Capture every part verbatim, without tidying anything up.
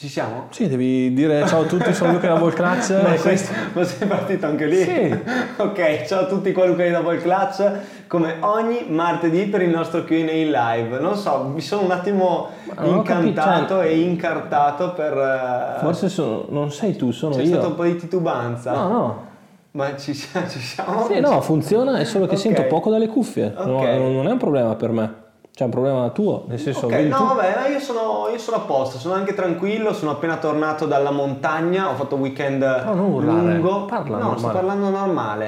Ci siamo? Sì, devi dire ciao a tutti, sono Luca da Volclutch. Ma, sei, ma sei partito anche lì? Sì. Ok, ciao a tutti qua, Luca da Volclutch, come ogni martedì per il nostro Q and A live. Non so, mi sono un attimo incantato e incartato per... Forse sono, non sei tu, sono c'è io. C'è stato un po' di titubanza. No, no. Ma ci, ci siamo? Sì, no, funziona, è solo che Okay. sento poco dalle cuffie. Okay. No, non è un problema per me. C'è un problema tuo, nel senso... Ok, no tu... vabbè, io sono, io sono a posto, sono anche tranquillo, sono appena tornato dalla montagna, ho fatto un weekend no, lungo. Parla no, normale. sto parlando normale.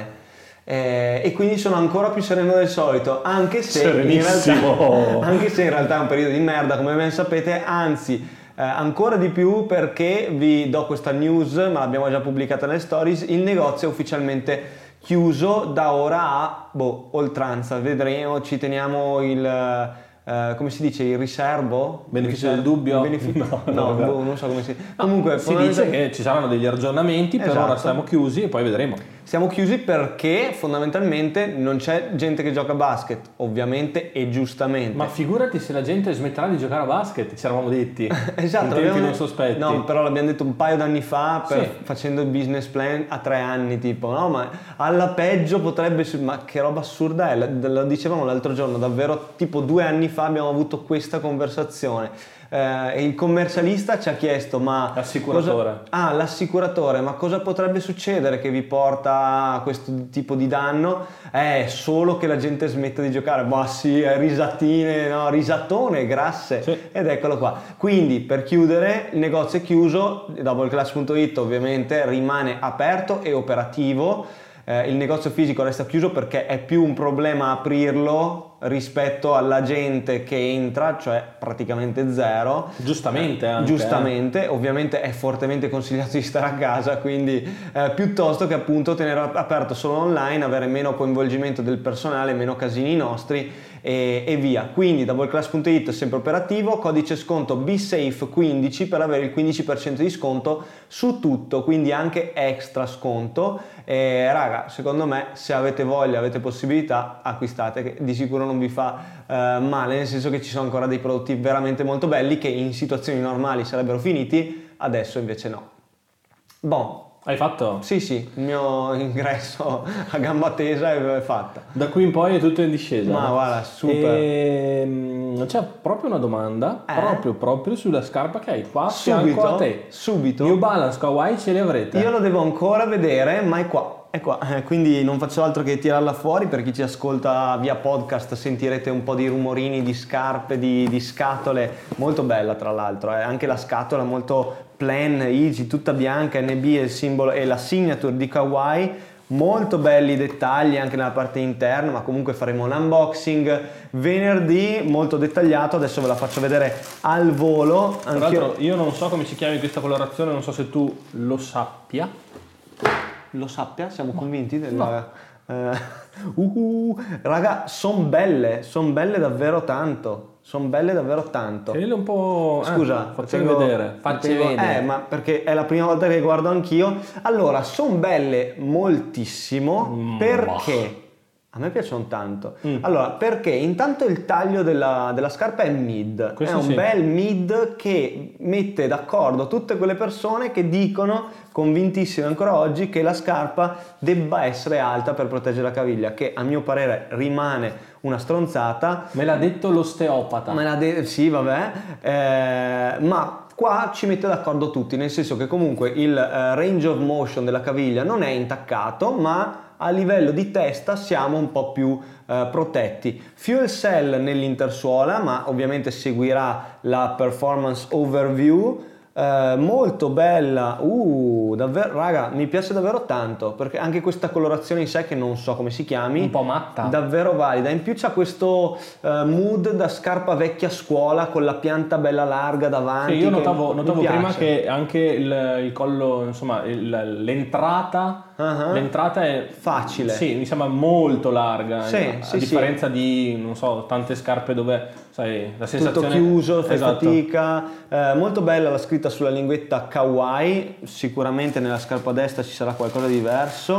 Eh, e quindi sono ancora più sereno del solito, anche se, in realtà, anche se in realtà è un periodo di merda, come ben sapete, anzi... Eh, ancora di più perché vi do questa news, ma l'abbiamo già pubblicata nelle stories, il negozio è ufficialmente chiuso da ora a boh, oltranza, vedremo, ci teniamo il... Uh, come si dice, il riservo? Beneficio del dubbio? Beneficio... No, no, no boh, non so come si... No, comunque si dice che ci saranno degli aggiornamenti, esatto. Per ora siamo chiusi e poi vedremo. Siamo chiusi perché fondamentalmente non c'è gente che gioca a basket, ovviamente e giustamente. Ma figurati se la gente smetterà di giocare a basket, ci eravamo detti. Esatto, in tempi non sospetti. No, però l'abbiamo detto un paio d'anni fa per, sì. facendo il business plan a tre anni, tipo, no, ma alla peggio potrebbe... Ma che roba assurda è, lo dicevamo l'altro giorno, davvero tipo due anni fa abbiamo avuto questa conversazione. Eh, il commercialista ci ha chiesto ma l'assicuratore cosa, ah l'assicuratore ma cosa potrebbe succedere che vi porta a questo tipo di danno? È eh, solo che la gente smetta di giocare, ma sì, risatine, no, risatone grasse, sì. Ed eccolo qua. Quindi per chiudere il negozio è chiuso, doubleclass punto it ovviamente rimane aperto e operativo. Eh, il negozio fisico resta chiuso perché è più un problema aprirlo rispetto alla gente che entra, cioè praticamente zero. Giustamente anche. Giustamente, eh. Ovviamente è fortemente consigliato di stare a casa, quindi eh, piuttosto che appunto tenere aperto solo online, avere meno coinvolgimento del personale, meno casini nostri e, e via. Quindi doubleclass punto it è sempre operativo, codice sconto B safe quindici per avere il quindici per cento di sconto su tutto, quindi anche extra sconto. E raga, secondo me se avete voglia, avete possibilità, acquistate, che di sicuro non vi fa eh, male, nel senso che ci sono ancora dei prodotti veramente molto belli che in situazioni normali sarebbero finiti, adesso invece no. Bon. Hai fatto? Sì, sì, il mio ingresso a gamba tesa è fatta. Da qui in poi è tutto in discesa. Ma guarda, super. E... c'è proprio una domanda, eh? proprio, proprio sulla scarpa che hai qua, subito, fianco a te. Subito. New Balance Kawaii ce li avrete? Io lo devo ancora vedere, ma è qua. È qua, eh, quindi non faccio altro che tirarla fuori. Per chi ci ascolta via podcast sentirete un po' di rumorini di scarpe, di, di scatole, molto bella tra l'altro, eh. Anche la scatola molto plain, easy, tutta bianca, N B è il simbolo e la signature di Kawaii, molto belli i dettagli anche nella parte interna, ma comunque faremo un unboxing venerdì molto dettagliato, adesso ve la faccio vedere al volo. Tra l'altro io non so come si chiami questa colorazione, non so se tu lo sappia. Lo sappia? Siamo convinti della... No. Eh, uh, raga, son belle, son belle davvero tanto. Sono belle davvero tanto. Tenele un po'... Scusa, eh, facci tengo, vedere. Facci tengo, vedere. Eh, ma perché è la prima volta che guardo anch'io. Allora, sono belle moltissimo mm, perché... Bah. A me piacciono tanto. Mm. Allora, perché intanto il taglio della, della scarpa è mid. Questo è un sì. bel mid che mette d'accordo tutte quelle persone che dicono, convintissime ancora oggi, che la scarpa debba essere alta per proteggere la caviglia, che a mio parere rimane una stronzata. Me l'ha detto l'osteopata. Me l'ha detto, sì, vabbè. Eh, ma qua ci mette d'accordo tutti, nel senso che comunque il uh, range of motion della caviglia non è intaccato, ma a livello di testa siamo un po' più eh, protetti. Fuel cell nell'intersuola, ma ovviamente seguirà la performance overview, eh, molto bella, uh, davvero, raga, mi piace davvero tanto, perché anche questa colorazione in sé, che non so come si chiami, un po' matta, davvero valida. In più c'ha questo eh, mood da scarpa vecchia scuola con la pianta bella larga davanti. Sì, io notavo, notavo prima che anche il, il collo, insomma, il, l'entrata Uh-huh. l'entrata è facile, sì, mi sembra molto larga, sì, a sì, differenza sì. di, non so, tante scarpe dove, sai, la sensazione tutto chiuso, fai esatto. fatica. Eh, molto bella la scritta sulla linguetta Kawaii, sicuramente nella scarpa destra ci sarà qualcosa di diverso.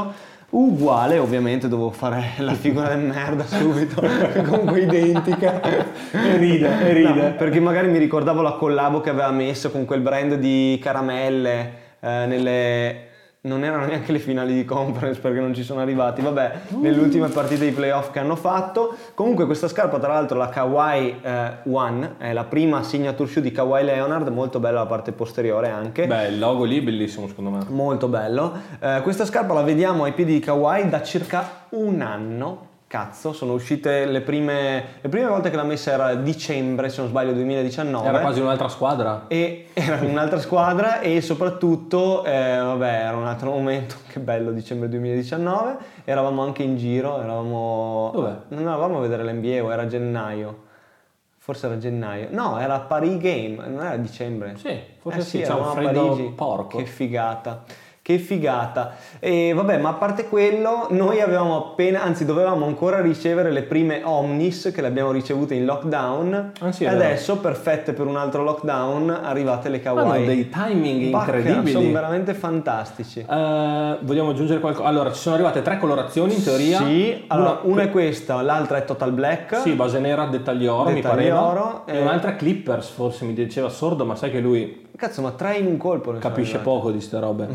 Uguale, ovviamente dovevo fare la figura di merda subito, comunque identica. E ride, e ride. No, perché magari mi ricordavo la collabo che aveva messo con quel brand di caramelle eh, nelle... Non erano neanche le finali di conference perché non ci sono arrivati, vabbè, uh. nelle ultime partite di playoff che hanno fatto. Comunque questa scarpa, tra l'altro, la Kawhi eh, One, è la prima signature shoe di Kawhi Leonard, molto bella la parte posteriore anche. Beh, il logo lì è bellissimo secondo me. Molto bello. Eh, questa scarpa la vediamo ai piedi di Kawhi da circa un anno. Cazzo, sono uscite le prime le prime volte che l'ha messa era dicembre, se non sbaglio, duemiladiciannove. Era quasi un'altra squadra. E era un'altra squadra e soprattutto, eh, vabbè, era un altro momento, che bello, dicembre duemiladiciannove. Eravamo anche in giro, eravamo... Dov'è? Non eravamo a vedere l'N B A, o era gennaio. Forse era gennaio. No, era Paris Game, non era dicembre. Sì, forse eh sì, sì, c'è un eravamo a freddo Parigi. porco. Che figata. Che figata. E vabbè, ma a parte quello, noi avevamo appena, anzi dovevamo ancora ricevere le prime Omnis che le abbiamo ricevute in lockdown. Ah, sì, e adesso, perfette per un altro lockdown, arrivate le Kawhi. Hanno dei timing Bacca, incredibili. sono veramente fantastici. Uh, vogliamo aggiungere qualcosa? Allora, ci sono arrivate tre colorazioni in teoria. Sì, allora, una, una è questa, l'altra è Total Black. Sì, base nera, dettagli oro, Dettagli mi pareva. oro, e eh. un'altra Clippers, forse mi diceva sordo, ma sai che lui... Cazzo, ma tre in un colpo. Capisce poco di ste robe.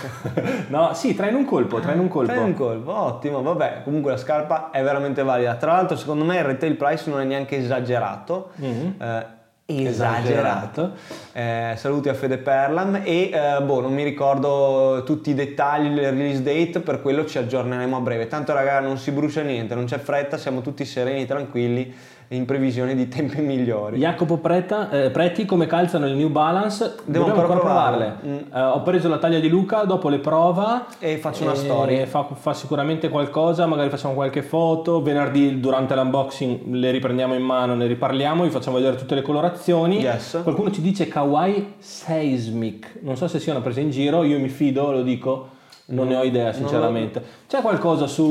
No, sì, tre in un colpo, tre in un colpo. Tre in un colpo, ottimo, vabbè, comunque la scarpa è veramente valida. Tra l'altro, secondo me il retail price non è neanche esagerato. Mm-hmm. Eh, esagerato. Eh, saluti a Fede Perlam e eh, boh, non mi ricordo tutti i dettagli, le release date, per quello ci aggiorneremo a breve. Tanto raga, non si brucia niente, non c'è fretta, siamo tutti sereni, tranquilli, in previsione di tempi migliori. Jacopo Preta, eh, Preti, come calzano il New Balance? Devo Dobbiamo ancora provarle. Mm. Eh, ho preso la taglia di Luca, dopo le prova e faccio una e storia. Fa, fa sicuramente qualcosa, magari facciamo qualche foto. Venerdì durante l'unboxing le riprendiamo in mano, ne riparliamo, vi facciamo vedere tutte le colorazioni. Yes. Qualcuno ci dice Kawhi Seismic, non so se sia una presa in giro, io mi fido, lo dico. Non ne ho idea sinceramente. Lo... C'è qualcosa su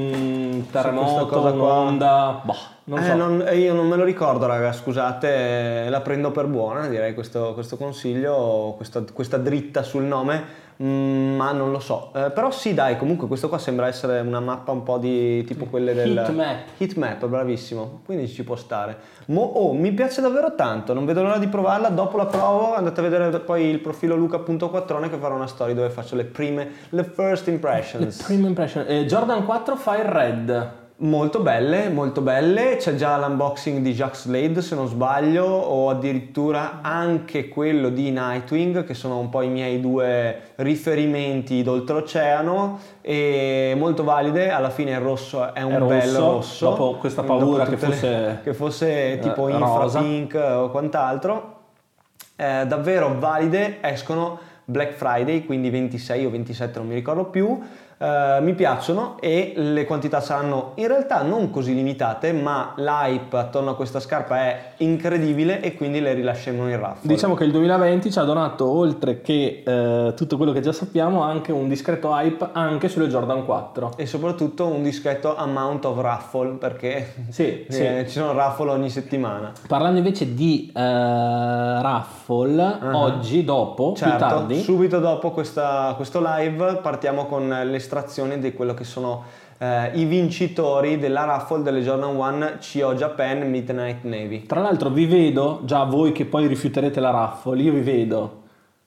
un terremoto, cosa un'onda? Boh, non eh, so. Non, io non me lo ricordo raga, scusate, la prendo per buona direi questo, questo consiglio, questa, questa dritta sul nome, mm, ma non lo so. Eh, però sì dai, comunque questo qua sembra essere una mappa un po' di tipo quelle del... Heatmap. Heatmap, bravissimo, quindi ci può stare. Mo, oh, mi piace davvero tanto, non vedo l'ora di provarla, dopo la provo andate a vedere poi il profilo luca punto quattrone che farò una storia dove faccio le prime, le first impressions. Le prime impressions. Eh, Jordan quattro Fire Red. Molto belle, molto belle, c'è già l'unboxing di Jack Slade se non sbaglio, o addirittura anche quello di Nightwing, che sono un po' i miei due riferimenti d'oltreoceano, e molto valide. Alla fine il rosso è un è rosso, bel rosso, dopo questa paura dopo che fosse, le, che fosse tipo eh, infra rosa. Pink o quant'altro, eh, davvero valide, escono Black Friday, quindi ventisei o ventisette non mi ricordo più. Uh, mi piacciono e le quantità saranno in realtà non così limitate, ma l'hype attorno a questa scarpa è incredibile e quindi le rilasceremo in raffle. Diciamo che il duemilaventi ci ha donato, oltre che uh, tutto quello che già sappiamo, anche un discreto hype anche sulle Jordan quattro e soprattutto un discreto amount of raffle, perché sì, eh, sì. ci sono raffle ogni settimana. Parlando invece di uh, raffle, uh-huh. oggi dopo, certo, più tardi, subito dopo questa, questo live partiamo con le estrazioni di quello che sono eh, i vincitori della raffle delle Jordan uno C O Japan Midnight Navy. Tra l'altro vi vedo, già voi che poi rifiuterete la raffle, io vi vedo.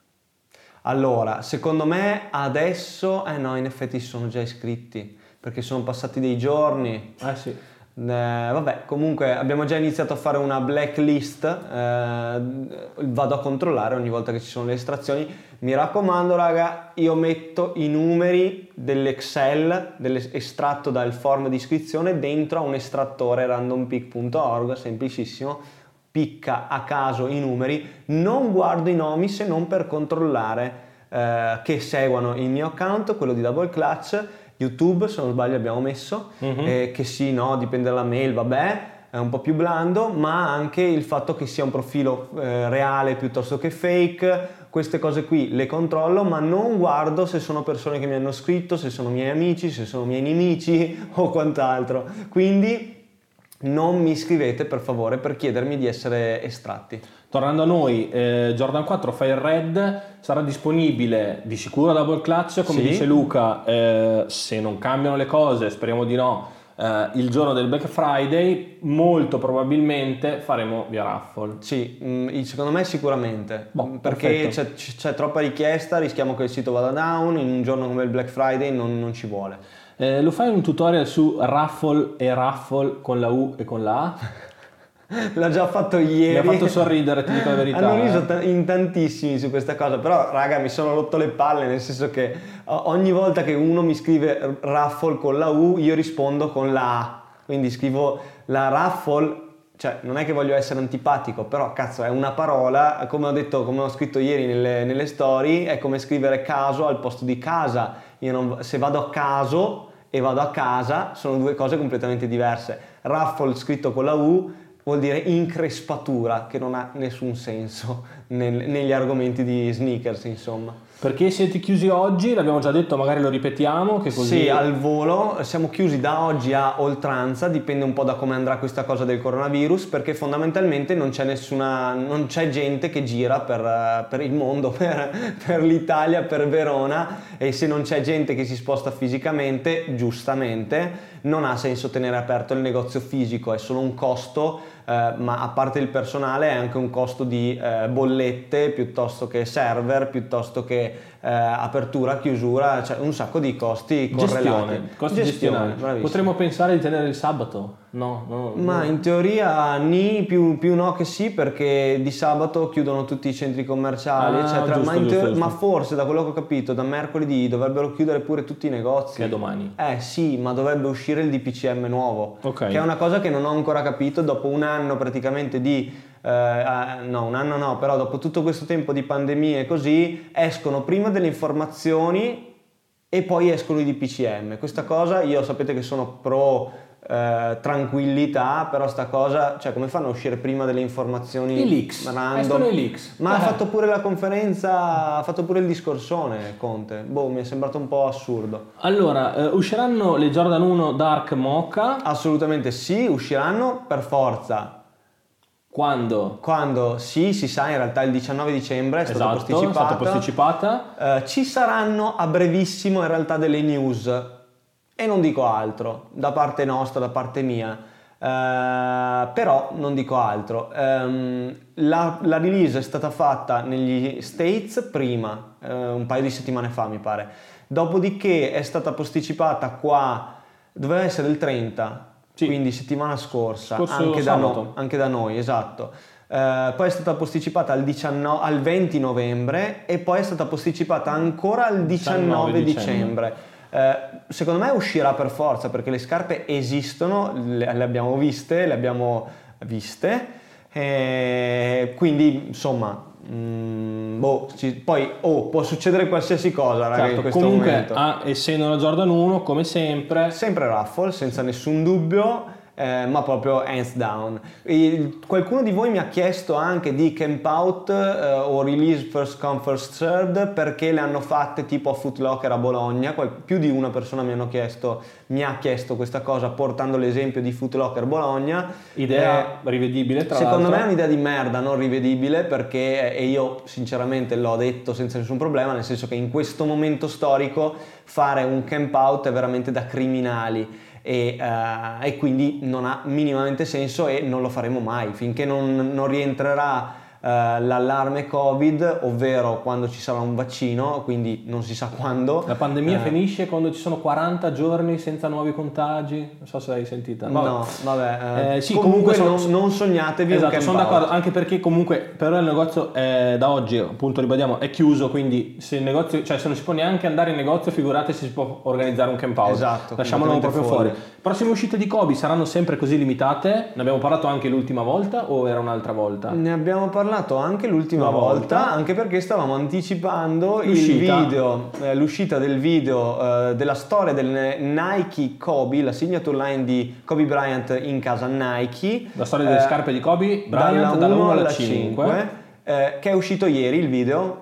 Allora, secondo me adesso, eh no, in effetti si sono già iscritti, perché sono passati dei giorni. Eh sì. Eh, vabbè, comunque abbiamo già iniziato a fare una blacklist, eh, vado a controllare ogni volta che ci sono le estrazioni. Mi raccomando raga, io metto i numeri dell'Excel, dell'estratto dal form di iscrizione dentro a un estrattore randompick punto org, semplicissimo, picca a caso i numeri, non guardo i nomi se non per controllare eh, che seguano il mio account, quello di Double Clutch. YouTube, se non sbaglio abbiamo messo, mm-hmm. eh, che sì, no, dipende dalla mail, vabbè, è un po' più blando, ma anche il fatto che sia un profilo eh, reale piuttosto che fake, queste cose qui le controllo, ma non guardo se sono persone che mi hanno scritto, se sono miei amici, se sono miei nemici o quant'altro. Quindi non mi scrivete per favore per chiedermi di essere estratti. Tornando a noi, eh, Jordan quattro Fire Red sarà disponibile di sicuro a Double Clutch, come sì. dice Luca, eh, se non cambiano le cose, speriamo di no, eh, il giorno del Black Friday, molto probabilmente faremo via raffle. Sì, mh, secondo me sicuramente, boh, perché c'è, c'è troppa richiesta, rischiamo che il sito vada down, in un giorno come il Black Friday non, non ci vuole. Eh, lo fai un tutorial su raffle e raffle con la U e con la A? L'ho già fatto ieri. Mi ha fatto sorridere, ti dico la verità. Hanno riso eh. in tantissimi su questa cosa, però raga mi sono rotto le palle, nel senso che ogni volta che uno mi scrive raffle con la U io rispondo con la A, quindi scrivo la raffle. Cioè, non è che voglio essere antipatico, però cazzo è una parola, come ho detto, come ho scritto ieri nelle, nelle story, è come scrivere caso al posto di casa. Io non, se vado a caso e vado a casa sono due cose completamente diverse. Raffle scritto con la U vuol dire increspatura, che non ha nessun senso nel, negli argomenti di sneakers, insomma. Perché siete chiusi oggi? L'abbiamo già detto, magari lo ripetiamo, che così... Sì, al volo, siamo chiusi da oggi a oltranza, dipende un po' da come andrà questa cosa del coronavirus, perché fondamentalmente non c'è nessuna, non c'è gente che gira per, per il mondo, per, per l'Italia, per Verona, e se non c'è gente che si sposta fisicamente, giustamente, non ha senso tenere aperto il negozio fisico, è solo un costo, eh, ma a parte il personale è anche un costo di eh, bollette, piuttosto che server, piuttosto che eh, apertura, chiusura, cioè un sacco di costi correlati. Gestione, costi gestionali. Potremmo pensare di tenere il sabato? No, no, ma no. in teoria ni più, più no che sì, perché di sabato chiudono tutti i centri commerciali, ah, eccetera. Giusto, ma, in giusto, teoria, giusto. ma forse da quello che ho capito da mercoledì dovrebbero chiudere pure tutti i negozi. Che è domani. Eh sì, ma dovrebbe uscire il D P C M nuovo, okay. Che è una cosa che non ho ancora capito dopo un anno praticamente di eh, no un anno no però dopo tutto questo tempo di pandemie e così escono prima delle informazioni e poi escono i D P C M. Questa cosa, io sapete che sono pro Eh, tranquillità, però sta cosa, cioè come fanno a uscire prima delle informazioni i leaks, random? escono i leaks. Ma eh. ha fatto pure la conferenza, ha fatto pure il discorsone Conte, boh, mi è sembrato un po' assurdo. Allora, eh, usciranno le Jordan uno Dark Mocha? Assolutamente sì, usciranno per forza. Quando? Quando? Sì, si sa, in realtà il diciannove dicembre è stata esatto, posticipata. è stata posticipata. Eh, ci saranno a brevissimo in realtà delle news. E non dico altro, da parte nostra, da parte mia, uh, però non dico altro. Um, la, la release è stata fatta negli States prima, uh, un paio di settimane fa mi pare, dopodiché è stata posticipata qua, doveva essere il trenta, sì. Quindi settimana scorsa, anche da, no, anche da noi, esatto. Uh, poi è stata posticipata al, diciannove, al venti novembre e poi è stata posticipata ancora al diciannove dicembre. Uh, secondo me uscirà per forza perché le scarpe esistono, le, le abbiamo viste, le abbiamo viste, e quindi insomma, mh, boh, ci, poi oh, può succedere qualsiasi cosa, raga, certo, in questo comunque, momento. Ah, essendo la Jordan uno, come sempre, sempre raffle, senza nessun dubbio. Eh, ma proprio hands down. E qualcuno di voi mi ha chiesto anche di camp out eh, o release first come first served perché le hanno fatte tipo a Foot Locker a Bologna. Qual- più di una persona mi hanno chiesto mi ha chiesto questa cosa portando l'esempio di Foot Locker Bologna. Idea eh, rivedibile tra secondo l'altro. me è un'idea di merda, non rivedibile, perché e io sinceramente l'ho detto senza nessun problema, nel senso che in questo momento storico fare un camp out è veramente da criminali. E, uh, e quindi non ha minimamente senso e non lo faremo mai finché non, non rientrerà uh, l'allarme Covid, ovvero quando ci sarà un vaccino, quindi non si sa quando. La pandemia uh, finisce quando ci sono quaranta giorni senza nuovi contagi, non so se l'hai sentita. Vabbè. No, vabbè. Uh, eh, sì, comunque, comunque non, non sognatevi esatto, un camp sono out. d'accordo, anche perché comunque però il negozio è, da oggi, appunto ribadiamo, è chiuso, quindi se il negozio, cioè se non si può neanche andare in negozio, figurate se si può organizzare un camp out. Esatto, lasciamolo proprio fuori. fuori. Prossime uscite di Kobe saranno sempre così limitate? Ne abbiamo parlato anche l'ultima volta o era un'altra volta? Ne abbiamo parlato anche l'ultima volta, volta, anche perché stavamo anticipando l'uscita. il video, eh, l'uscita del video eh, della storia del Nike Kobe, la signature line di Kobe Bryant in casa Nike. La storia delle eh, scarpe di Kobe Bryant dalla uno alla cinque. Eh, che è uscito ieri il video.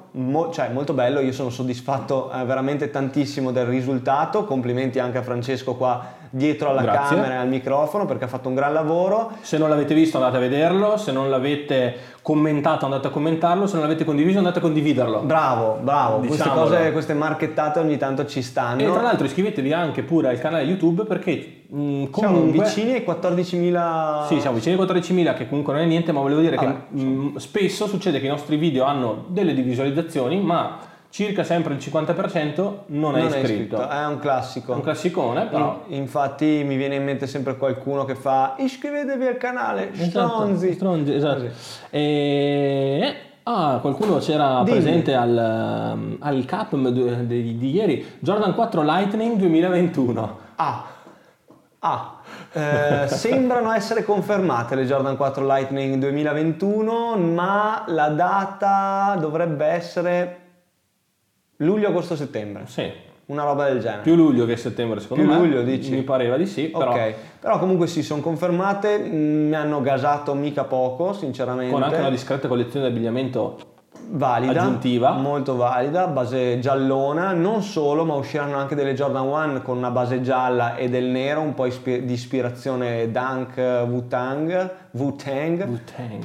mo- cioè molto bello, io sono soddisfatto eh, veramente tantissimo del risultato, complimenti anche a Francesco qua dietro alla Grazie. camera e al microfono perché ha fatto un gran lavoro. Se non l'avete visto andate a vederlo, se non l'avete commentato andate a commentarlo, se non l'avete condiviso andate a condividerlo. Bravo, bravo, queste Diciamolo. cose, queste marchettate ogni tanto ci stanno. E tra l'altro iscrivetevi anche pure al canale YouTube perché mh, siamo comunque... vicini ai quattordicimila. Sì, siamo vicini ai quattordicimila, che comunque non è niente, ma volevo dire Vabbè, che mh, spesso succede che i nostri video hanno delle visualizzazioni, ma circa sempre il cinquanta per cento non è non è iscritto. iscritto, è un classico. È un classicone, però... In- infatti mi viene in mente sempre qualcuno che fa iscrivetevi al canale, stronzi. Esatto, stronzi, esatto. Così. E... Ah, qualcuno c'era Dimmi. presente al, um, al C A P M di, di, di ieri, Jordan quattro Lightning duemilaventuno. Ah, ah. Eh, sembrano essere confermate le Jordan quattro Lightning duemilaventuno, ma la data dovrebbe essere luglio, agosto, settembre. Sì, Una roba del genere. più luglio che settembre secondo Più me. luglio, dici? Mi pareva di sì, però Ok, però comunque sì, sono confermate, mm, mi hanno gasato mica poco, sinceramente. con anche una discreta collezione di abbigliamento valida, aggiuntiva. molto valida, base giallona, non solo, ma usciranno anche delle Jordan uno con una base gialla e del nero, un po' ispi- di ispirazione Dunk, Wu-Tang, Wu-Tang. Wu-Tang.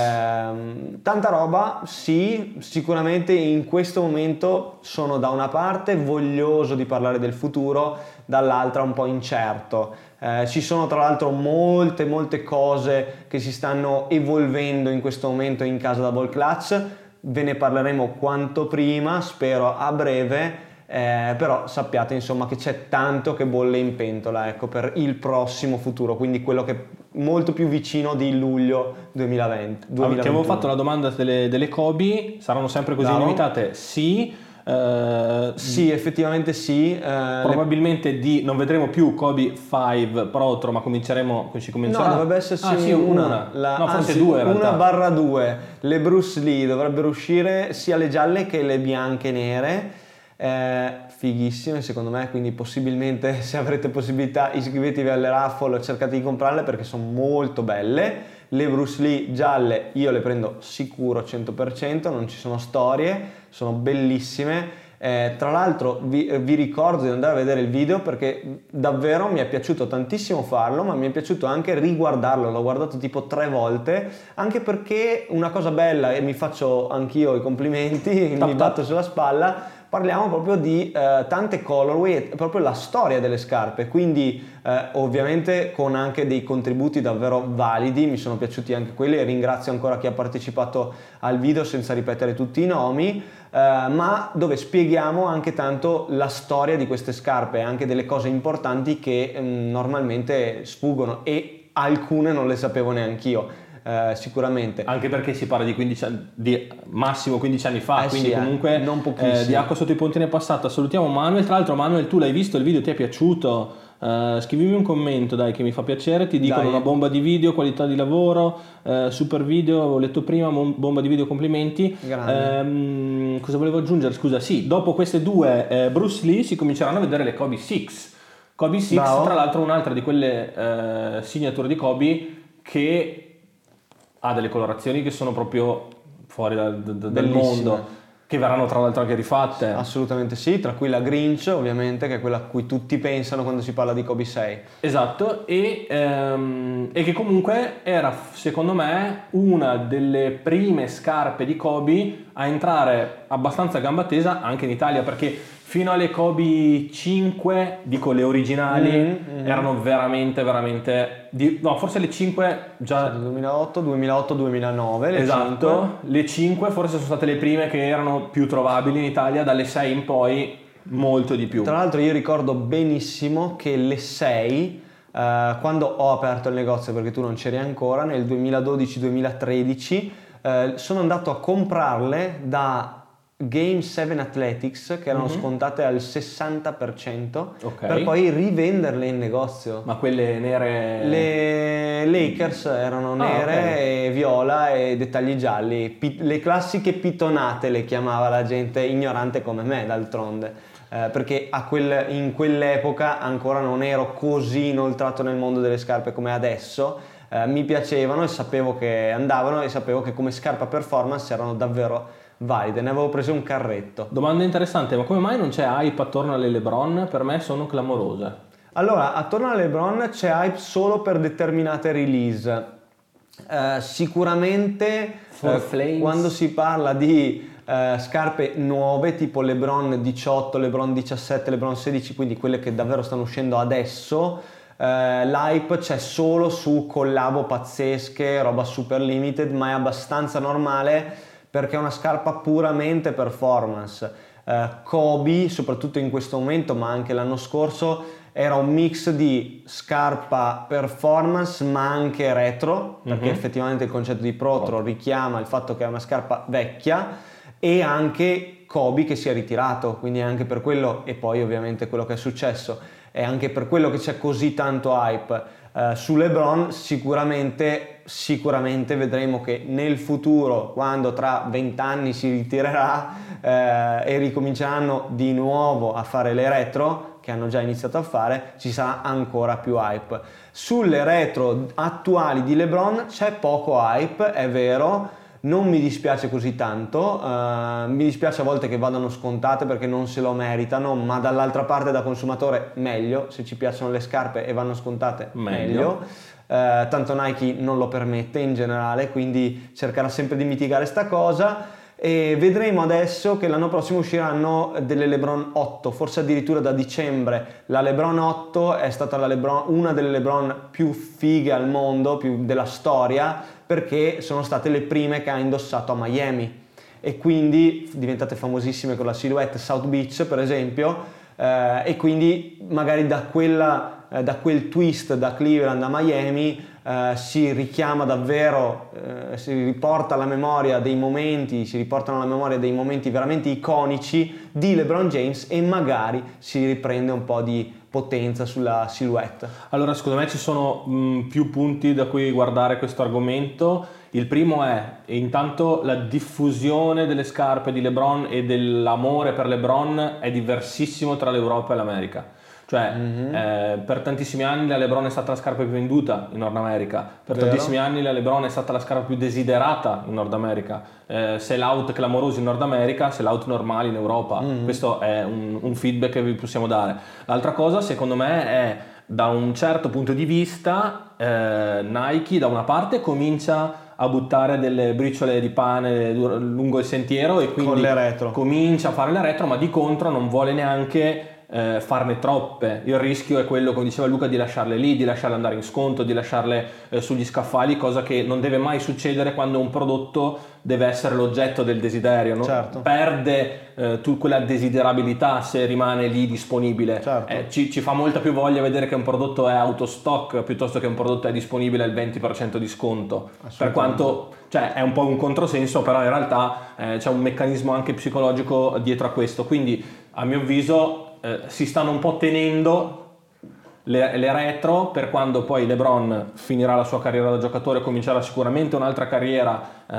Ehm, tanta roba, sì, sicuramente in questo momento sono da una parte voglioso di parlare del futuro, dall'altra un po' incerto. Eh, ci sono tra l'altro molte molte cose che si stanno evolvendo in questo momento in casa Double Clutch, ve ne parleremo quanto prima, spero a breve. Eh, però sappiate insomma che c'è tanto che bolle in pentola, ecco, per il prossimo futuro, quindi quello che è molto più vicino di luglio duemilaventi. Che avevo fatto la domanda delle, delle Kobe, saranno sempre così Bravo. limitate? Sì. Eh, Sì, effettivamente sì. eh, probabilmente di, non vedremo più Kobe cinque Protro, ma cominceremo, ci le... comincerà. No, dovrebbe esserci ah, sì, una, una. La, no, forse anzi, due in realtà. una barra due. Le Bruce Lee dovrebbero uscire sia le gialle che le bianche nere. Eh, fighissime secondo me, quindi possibilmente se avrete possibilità iscrivetevi alle raffle, cercate di comprarle perché sono molto belle. Le Bruce Lee gialle io le prendo sicuro cento per cento, non ci sono storie, sono bellissime. Eh, tra l'altro vi, vi ricordo di andare a vedere il video perché davvero mi è piaciuto tantissimo farlo, ma mi è piaciuto anche riguardarlo, l'ho guardato tipo tre volte, anche perché una cosa bella, e mi faccio anch'io i complimenti, Tap, mi tap. batto sulla spalla, parliamo proprio di eh, tante colorway e proprio la storia delle scarpe, quindi eh, ovviamente con anche dei contributi davvero validi, mi sono piaciuti anche quelli e ringrazio ancora chi ha partecipato al video senza ripetere tutti i nomi, eh, ma dove spieghiamo anche tanto la storia di queste scarpe, anche delle cose importanti che mh, normalmente sfuggono e alcune non le sapevo neanch'io. Uh, sicuramente anche perché si parla di quindici anni, di massimo quindici anni fa, eh quindi sì, comunque eh, non pochissimo. eh, di acqua sotto i ponti ne è passata. Salutiamo Manuel. Tra l'altro Manuel, tu l'hai visto il video, ti è piaciuto? Uh, scrivimi un commento, dai, che mi fa piacere. Ti dicono Dai. una bomba di video, qualità di lavoro, uh, super video, avevo letto prima, bomba di video, complimenti. Um, cosa volevo aggiungere? Scusa, sì, dopo queste due eh, Bruce Lee si cominceranno a vedere le Kobe sei. Kobe sei, Bravo. tra l'altro un'altra di quelle uh, signature di Kobe che ha delle colorazioni che sono proprio fuori da, da, dal mondo, che verranno tra l'altro anche rifatte. Assolutamente sì, tra cui la Grinch ovviamente, che è quella a cui tutti pensano quando si parla di Kobe sei. Esatto, e, ehm, e che comunque era secondo me una delle prime scarpe di Kobe a entrare abbastanza a gamba tesa anche in Italia, perché fino alle Kobe cinque, dico le originali, mm-hmm. erano veramente veramente di, no, forse le cinque già duemilaotto, duemilaotto, duemilanove, le esatto, cinque. Le cinque forse sono state le prime che erano più trovabili in Italia, dalle sei in poi molto di più. Tra l'altro io ricordo benissimo che le sei, eh, quando ho aperto il negozio, perché tu non c'eri ancora, nel duemiladodici duemilatredici, eh, sono andato a comprarle da Game sette Athletics, che erano mm-hmm. scontate al sessanta per cento, okay. per poi rivenderle in negozio. Ma quelle nere? Le Lakers erano nere, ah, okay. e viola e dettagli gialli, Pit- le classiche pitonate le chiamava la gente ignorante come me, d'altronde, eh, perché a quel, in quell'epoca ancora non ero così inoltrato nel mondo delle scarpe come adesso. Eh, mi piacevano e sapevo che andavano e sapevo che come scarpa performance erano davvero valide, ne avevo preso un carretto. Domanda interessante, ma come mai non c'è hype attorno alle LeBron? Per me sono clamorose. Allora, attorno alle LeBron c'è hype solo per determinate release. Uh, sicuramente uh, quando si parla di uh, scarpe nuove tipo LeBron diciotto, LeBron diciassette, LeBron sedici, quindi quelle che davvero stanno uscendo adesso, uh, l'hype c'è solo su collabo pazzesche, roba super limited, ma è abbastanza normale perché è una scarpa puramente performance. uh, Kobe, soprattutto in questo momento ma anche l'anno scorso, era un mix di scarpa performance ma anche retro, perché mm-hmm. effettivamente il concetto di protro richiama il fatto che è una scarpa vecchia, e anche Kobe che si è ritirato, quindi anche per quello, e poi ovviamente quello che è successo, è anche per quello che c'è così tanto hype. Uh, su LeBron sicuramente, sicuramente vedremo che nel futuro, quando tra vent'anni si ritirerà uh, e ricominceranno di nuovo a fare le retro, che hanno già iniziato a fare, ci sarà ancora più hype. Sulle retro attuali di LeBron c'è poco hype, è vero, non mi dispiace così tanto, uh, mi dispiace a volte che vadano scontate perché non se lo meritano, ma dall'altra parte da consumatore meglio, se ci piacciono le scarpe e vanno scontate meglio, meglio. Uh, tanto Nike non lo permette in generale, quindi cercherà sempre di mitigare sta cosa. E vedremo adesso che l'anno prossimo usciranno delle LeBron otto, forse addirittura da dicembre. La LeBron otto è stata la LeBron, una delle LeBron più fighe al mondo, più della storia, perché sono state le prime che ha indossato a Miami e quindi diventate famosissime con la silhouette South Beach per esempio, eh, e quindi magari da, quella, eh, da quel twist da Cleveland a Miami Uh, si richiama davvero, uh, si riporta alla memoria dei momenti, si riportano alla memoria dei momenti veramente iconici di LeBron James e magari si riprende un po' di potenza sulla silhouette. Allora, secondo me ci sono mh, più punti da cui guardare questo argomento. Il primo è intanto la diffusione delle scarpe di LeBron e dell'amore per LeBron è diversissimo tra l'Europa e l'America. Cioè, mm-hmm. eh, per tantissimi anni la LeBron è stata la scarpa più venduta in Nord America, per Vero. tantissimi anni la LeBron è stata la scarpa più desiderata in Nord America, eh, sell out clamorosi in Nord America, sell out normali in Europa. Mm-hmm. Questo è un, un feedback che vi possiamo dare. L'altra cosa, secondo me, è da un certo punto di vista eh, Nike da una parte comincia a buttare delle briciole di pane lungo il sentiero e quindi con le retro. comincia a fare le retro, ma di contro non vuole neanche Eh, farne troppe. Il rischio è quello, come diceva Luca, di lasciarle lì, di lasciarle andare in sconto, di lasciarle eh, sugli scaffali, cosa che non deve mai succedere quando un prodotto deve essere l'oggetto del desiderio, no? Certo. Perde eh, tu quella desiderabilità se rimane lì disponibile. Certo. eh, ci, ci fa molta più voglia vedere che un prodotto è out of stock piuttosto che un prodotto è disponibile al venti per cento di sconto, per quanto, cioè, è un po' un controsenso, però in realtà eh, c'è un meccanismo anche psicologico dietro a questo, quindi a mio avviso Eh, si stanno un po' tenendo le, le retro per quando poi LeBron finirà la sua carriera da giocatore, comincerà sicuramente un'altra carriera eh,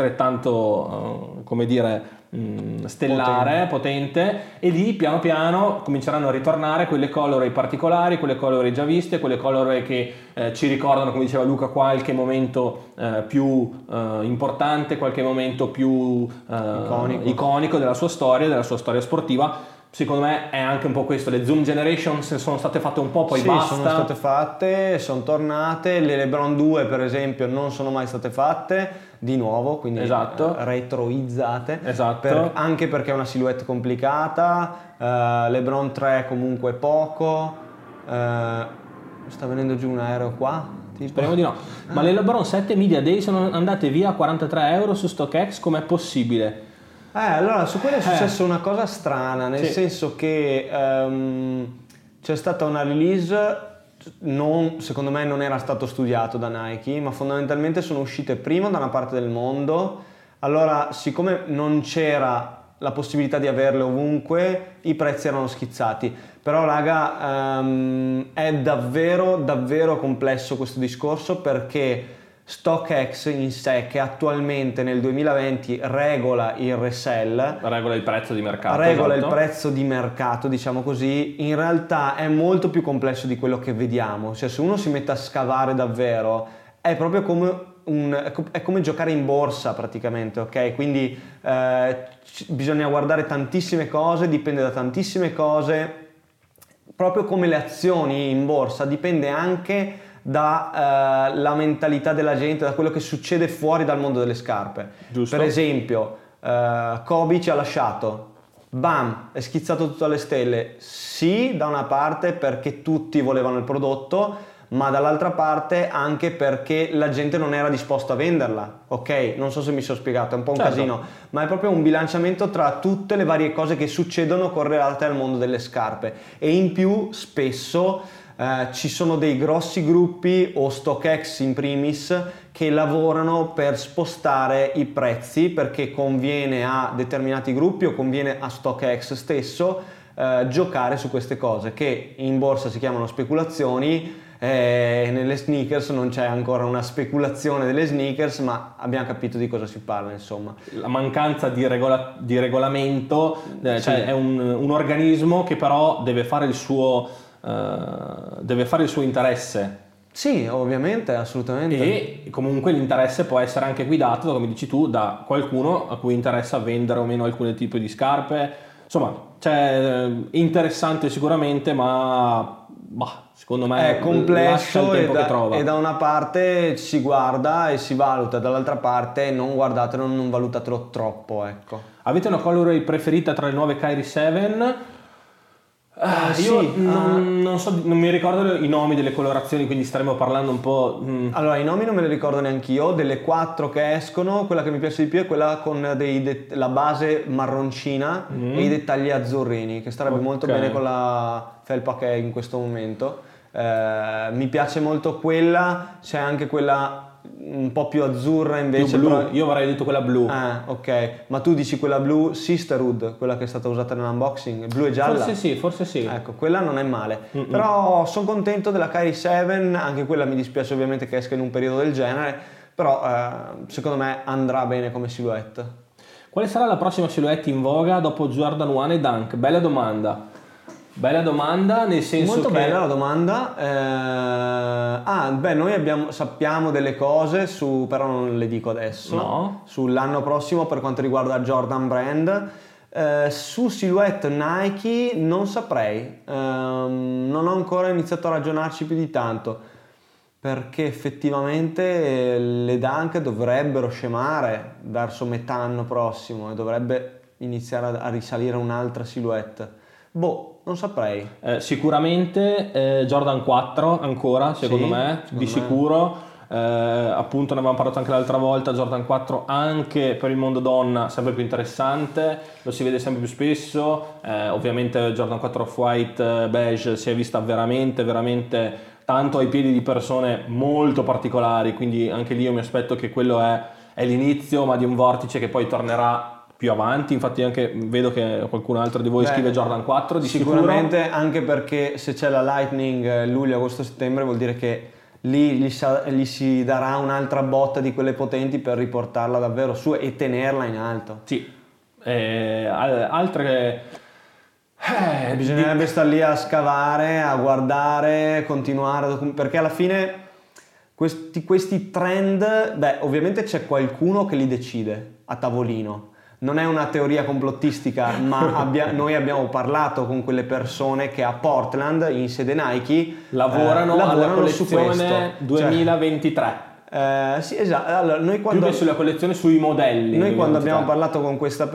altrettanto eh, come dire mh, stellare, potente. potente e lì piano piano cominceranno a ritornare quelle colorway particolari, quelle colorway già viste, quelle colorway che eh, ci ricordano, come diceva Luca, qualche momento eh, più eh, importante, qualche momento più eh, iconico. iconico della sua storia, della sua storia sportiva. Secondo me è anche un po' questo, le Zoom Generations sono state fatte un po', poi sì, basta. sono state fatte, sono tornate, le LeBron due per esempio non sono mai state fatte di nuovo, quindi esatto. eh, retroizzate, esatto. per, anche perché è una silhouette complicata, eh, LeBron tre comunque poco, eh, sta venendo giù un aereo qua? Tipo. Speriamo di no, ma le LeBron sette Media Day sono andate via a quarantatré euro su StockX, com'è possibile? Eh, allora su quello è successo eh. una cosa strana, nel sì. senso che um, c'è stata una release, non, secondo me non era stato studiato da Nike, ma fondamentalmente sono uscite prima da una parte del mondo, allora siccome non c'era la possibilità di averle ovunque, i prezzi erano schizzati, però raga um, è davvero davvero complesso questo discorso perché StockX in sé, che attualmente nel duemilaventi regola il resell, regola il prezzo di mercato, regola esatto. il prezzo di mercato, diciamo così, in realtà è molto più complesso di quello che vediamo. Cioè, se uno si mette a scavare davvero, è proprio come un, è come giocare in borsa praticamente, ok? Quindi eh, c- bisogna guardare tantissime cose, dipende da tantissime cose, proprio come le azioni in borsa, dipende anche dalla eh, mentalità della gente, da quello che succede fuori dal mondo delle scarpe. Giusto. Per esempio, eh, Kobe ci ha lasciato, bam, è schizzato tutto alle stelle. Sì, da una parte perché tutti volevano il prodotto, ma dall'altra parte anche perché la gente non era disposta a venderla, ok? Non so se mi sono spiegato, è un po' un certo. casino, ma è proprio un bilanciamento tra tutte le varie cose che succedono correlate al mondo delle scarpe. E in più spesso eh, ci sono dei grossi gruppi, o StockX in primis, che lavorano per spostare i prezzi, perché conviene a determinati gruppi o conviene a StockX stesso eh, giocare su queste cose che in borsa si chiamano speculazioni. Eh, nelle sneakers non c'è ancora una speculazione delle sneakers, ma abbiamo capito di cosa si parla, insomma. La mancanza di, regola- di regolamento, eh, Sì. cioè è un, un organismo che però deve fare il suo, eh, deve fare il suo interesse. Sì, ovviamente, assolutamente. E comunque l'interesse può essere anche guidato, come dici tu, da qualcuno a cui interessa vendere o meno alcuni tipi di scarpe. Insomma, cioè, interessante sicuramente, ma bah, secondo me è complesso il tempo e, da, che trova. e da una parte si guarda e si valuta, dall'altra parte non guardatelo, non valutatelo troppo, ecco. Avete una colorway preferita tra le nuove Kyrie sette? Ah, io sì, non, uh, non so, non mi ricordo i nomi delle colorazioni, quindi staremo parlando un po'. Mm. Allora, i nomi non me li ricordo neanch'io. Delle quattro che escono, quella che mi piace di più è quella con dei det- la base marroncina Mm. e i dettagli azzurrini, che starebbe Ok. molto bene con la felpa che è in questo momento. Eh, mi piace molto quella, c'è anche quella un po' più azzurra invece. Più blu. però- Io avrei detto quella blu. Ah, ok. Ma tu dici quella blu Sisterhood, quella che è stata usata nell'unboxing, blu e gialla? Forse sì, forse sì. Ecco, quella non è male. Mm-mm. Però sono contento della Kyrie sette, anche quella mi dispiace ovviamente che esca in un periodo del genere, però eh, secondo me andrà bene come silhouette. Quale sarà la prossima silhouette in voga dopo Jordan uno e Dunk? Bella domanda. Bella domanda, nel senso Molto che... bella la domanda. Eh, ah, beh, noi abbiamo, sappiamo delle cose, su, però non le dico adesso, No. sull'anno prossimo per quanto riguarda Jordan Brand. Eh, su silhouette Nike non saprei, Ehm, non ho ancora iniziato a ragionarci più di tanto, perché effettivamente le Dunk dovrebbero scemare verso metà anno prossimo e dovrebbe iniziare a, a risalire un'altra silhouette. Boh, non saprei. Eh, sicuramente eh, Jordan quattro ancora, secondo Sì, me, secondo di me. sicuro. Eh, appunto ne avevamo parlato anche l'altra volta, Jordan quattro anche per il mondo donna sempre più interessante, lo si vede sempre più spesso. Eh, ovviamente Jordan quattro Off-White beige si è vista veramente, veramente tanto ai piedi di persone molto particolari, quindi anche lì io mi aspetto che quello è, è l'inizio, ma di un vortice che poi tornerà più avanti. Infatti anche vedo che qualcun altro di voi Beh, scrive Jordan quattro di sicuramente sicuro. anche perché se c'è la Lightning eh, luglio, agosto, settembre vuol dire che lì gli, sa- gli si darà un'altra botta di quelle potenti per riportarla davvero su e tenerla in alto. Sì, eh, al- altre... Eh, Bisognerebbe stare lì a scavare, a guardare, continuare, a docu- perché alla fine questi, questi trend, beh, ovviamente c'è qualcuno che li decide a tavolino. Non è una teoria complottistica, ma abbia- noi abbiamo parlato con quelle persone che a Portland, in sede Nike, lavorano, eh, alla lavorano su questo. collezione duemilaventitré. Cioè, eh, sì, esatto. Allora, noi Più quando... che sulla collezione, sui modelli. Noi quando abbiamo duemilaventitré. parlato con questa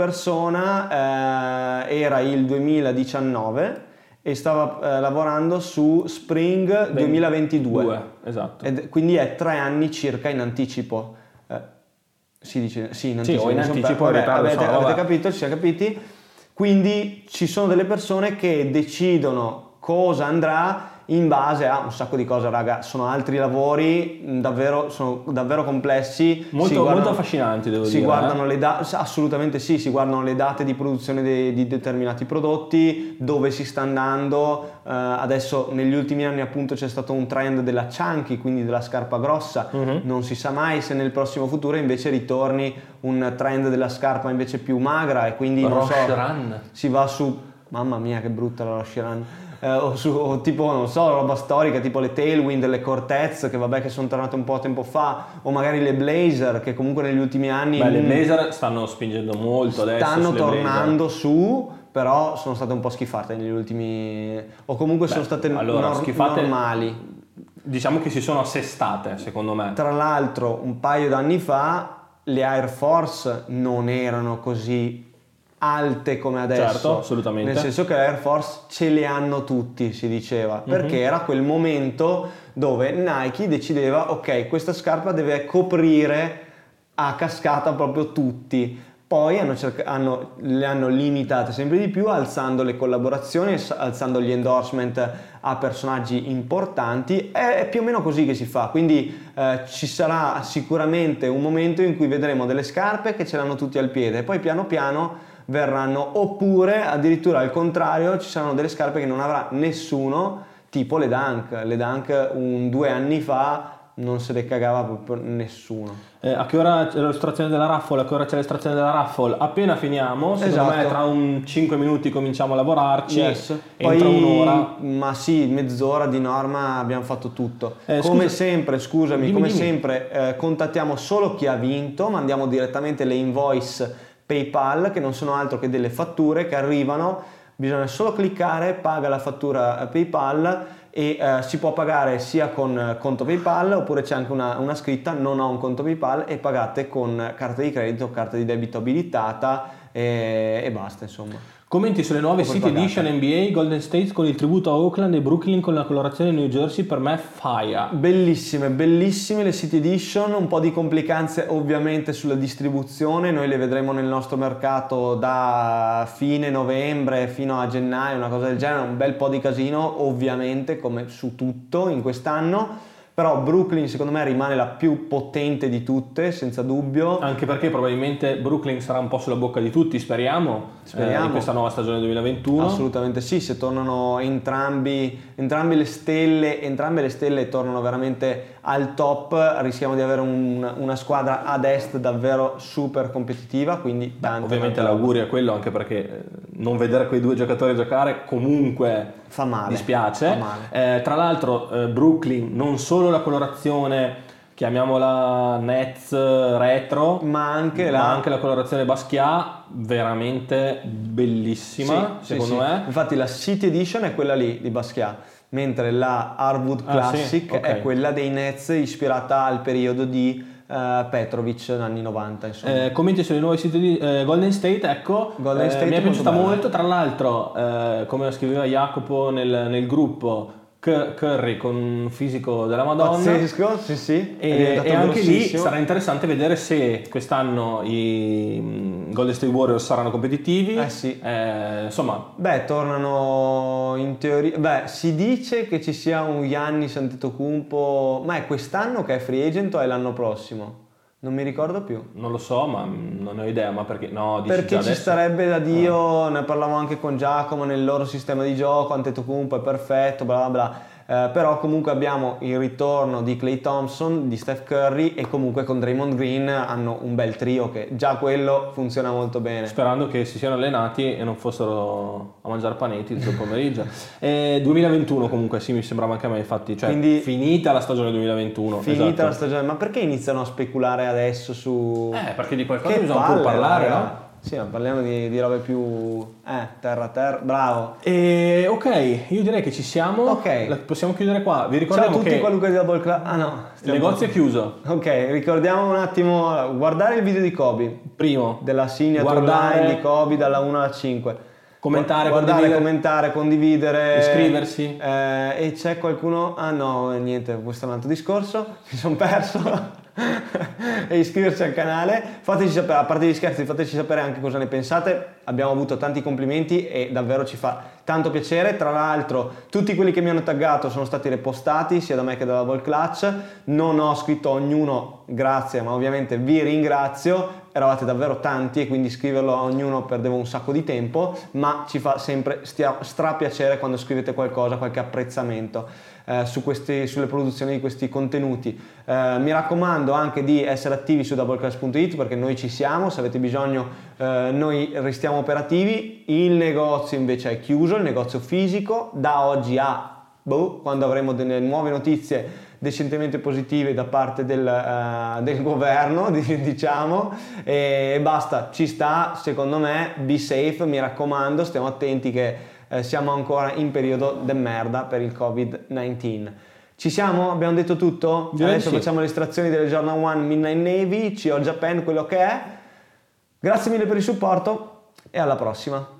persona eh, era il duemiladiciannove e stava eh, lavorando su Spring duemilaventidue. Due, esatto. Ed, quindi è tre anni circa in anticipo. Eh, si dice sì, in anticipo. o in mi son anticipo, per- in ritardo, avete, insomma, avete vabbè. capito, ci siamo capiti. Quindi ci sono delle persone che decidono cosa andrà in base a un sacco di cose, raga. Sono altri lavori mh, davvero, sono davvero complessi. Molto, Si guardano- molto affascinanti, devo si dire. guardano eh. le date, assolutamente sì, si guardano le date di produzione de- di determinati prodotti, dove si sta andando. Eh, adesso negli ultimi anni appunto c'è stato un trend della chunky, quindi della scarpa grossa. Mhm. Non si sa mai se nel prossimo futuro invece ritorni un trend della scarpa invece più magra e quindi non so, Roche Run. si va su, mamma mia che brutta la Roche Run. eh, o, su, o tipo, non so, roba storica, tipo le Tailwind, le Cortez, che vabbè che sono tornate un po' tempo fa, o magari le Blazer, che comunque negli ultimi anni... Beh, le Blazer stanno spingendo molto adesso. Stanno tornando Blazer. su, però sono state un po' schifate negli ultimi... o comunque Beh, sono state allora, nor- schifate, normali. Diciamo che si sono assestate, secondo me. Tra l'altro, un paio d'anni fa le Air Force non erano così alte come adesso. Certo, assolutamente. Nel senso che le Air Force ce le hanno tutti, si diceva, mm-hmm. perché era quel momento dove Nike decideva, ok, questa scarpa deve coprire a cascata proprio tutti. Poi hanno cerc- hanno, le hanno limitate sempre di più, alzando le collaborazioni, alzando gli endorsement a personaggi importanti. È più o meno così che si fa, quindi eh, ci sarà sicuramente un momento in cui vedremo delle scarpe che ce l'hanno tutti al piede, e poi piano piano verranno, oppure addirittura al contrario ci saranno delle scarpe che non avrà nessuno, tipo le Dunk. Le Dunk un due anni fa non se le cagava proprio nessuno. Eh, a che ora c'è l'estrazione della raffle? A che ora c'è l'estrazione della raffle? Appena finiamo, secondo esatto. me tra un cinque minuti cominciamo a lavorarci. Yes. Entra Poi, un'ora. Ma sì, mezz'ora di norma abbiamo fatto tutto. Eh, come scusa, sempre, scusami, dimmi, come dimmi. sempre eh, contattiamo solo chi ha vinto, mandiamo direttamente le invoice PayPal, che non sono altro che delle fatture che arrivano, bisogna solo cliccare, paga la fattura PayPal, e eh, si può pagare sia con conto PayPal, oppure c'è anche una, una scritta non ho un conto PayPal, e pagate con carta di credito o carta di debito abilitata, e, e basta, insomma. Commenti sulle nuove City Edition N B A Golden State con il tributo a Oakland e Brooklyn con la colorazione New Jersey, per me fire. Bellissime, bellissime le City Edition, un po' di complicanze ovviamente sulla distribuzione, noi le vedremo nel nostro mercato da fine novembre fino a gennaio, una cosa del genere, un bel po' di casino ovviamente come su tutto in quest'anno. Però Brooklyn secondo me rimane la più potente di tutte, senza dubbio. Anche perché probabilmente Brooklyn sarà un po' sulla bocca di tutti, speriamo, speriamo. Eh, in questa nuova stagione duemilaventuno. Assolutamente sì, se tornano entrambi, entrambe le stelle, entrambe le stelle tornano veramente al top, rischiamo di avere un, una squadra ad est davvero super competitiva, quindi Beh, tante, ovviamente tante l'augurio è quello, anche perché non vedere quei due giocatori giocare comunque fa male, dispiace. Fa male. Eh, tra l'altro eh, Brooklyn non solo la colorazione, chiamiamola Nets retro, ma anche, ma la... anche la colorazione Basquiat, veramente bellissima, sì, secondo sì, me. Sì. Infatti la City Edition è quella lì di Basquiat, mentre la Hardwood Classic ah, sì? Okay. è quella dei Nets, ispirata al periodo di Uh, Petrovic anni novanta, insomma. Eh, commenti sulle nuove siti di eh, Golden State, ecco, Golden eh, State mi è piaciuta molto, molto, tra l'altro eh, come scriveva Jacopo nel, nel gruppo, Curry con un fisico della Madonna, pazzesco, sì sì, e, e anche lì sarà interessante vedere se quest'anno i Golden State Warriors saranno competitivi. Eh sì. Eh, insomma, beh, tornano in teoria, beh, si dice che ci sia un Giannis Antetokounmpo, ma è quest'anno che è free agent o è l'anno prossimo? Non mi ricordo più. Non lo so, ma non ho idea, ma perché no? Dici perché già ci adesso? starebbe da Dio, ah. ne parlavo anche con Giacomo, nel loro sistema di gioco Antetokounmpo è perfetto, bla bla bla. Eh, però comunque abbiamo il ritorno di Klay Thompson, di Steph Curry, e comunque con Draymond Green hanno un bel trio che già quello funziona molto bene. Sperando che si siano allenati e non fossero a mangiare panetti tutto il pomeriggio. E duemilaventuno comunque sì, mi sembrava anche a me, infatti, cioè quindi, finita la stagione duemilaventuno. Finita esatto. la stagione, ma perché iniziano a speculare adesso su... Eh, perché di qualcosa che bisogna palle, pur parlare, raga. no? Sì, ma parliamo di, di robe più... Eh, terra terra, bravo. E, ok, io direi che ci siamo. Ok. La possiamo chiudere qua. Vi Ciao ricordiamo a tutti, che qualunque di Double Club... Ah no. il negozio è chiuso. Ok, ricordiamo un attimo, guardare il video di Kobe. Primo. Della signature guardare... line di Kobe dalla uno alla cinque. Commentare, guardare, condividere. commentare, condividere, iscriversi. Eh, e c'è qualcuno? Ah no, niente, questo è un altro discorso, mi sono perso. E iscriversi al canale, fateci sapere, a parte gli scherzi, fateci sapere anche cosa ne pensate. Abbiamo avuto tanti complimenti e davvero ci fa tanto piacere. Tra l'altro tutti quelli che mi hanno taggato sono stati repostati sia da me che da Double Clutch. Non ho scritto a ognuno grazie, ma ovviamente vi ringrazio. eravate davvero tanti e quindi scriverlo a ognuno perdeva un sacco di tempo, ma ci fa sempre stia, strapiacere quando scrivete qualcosa, qualche apprezzamento eh, su questi, sulle produzioni di questi contenuti. Eh, mi raccomando anche di essere attivi su doubleclass punto it perché noi ci siamo, se avete bisogno eh, noi restiamo operativi. Il negozio invece è chiuso, il negozio fisico, da oggi a boh, quando avremo delle nuove notizie decentemente positive da parte del, uh, del governo, diciamo, e basta, ci sta, secondo me, be safe, mi raccomando, stiamo attenti che uh, siamo ancora in periodo de merda per il covid diciannove. Ci siamo? Abbiamo detto tutto? Direi Adesso sì. facciamo le estrazioni delle Jordan One Midnight Navy, C O Japan, quello che è. Grazie mille per il supporto e alla prossima.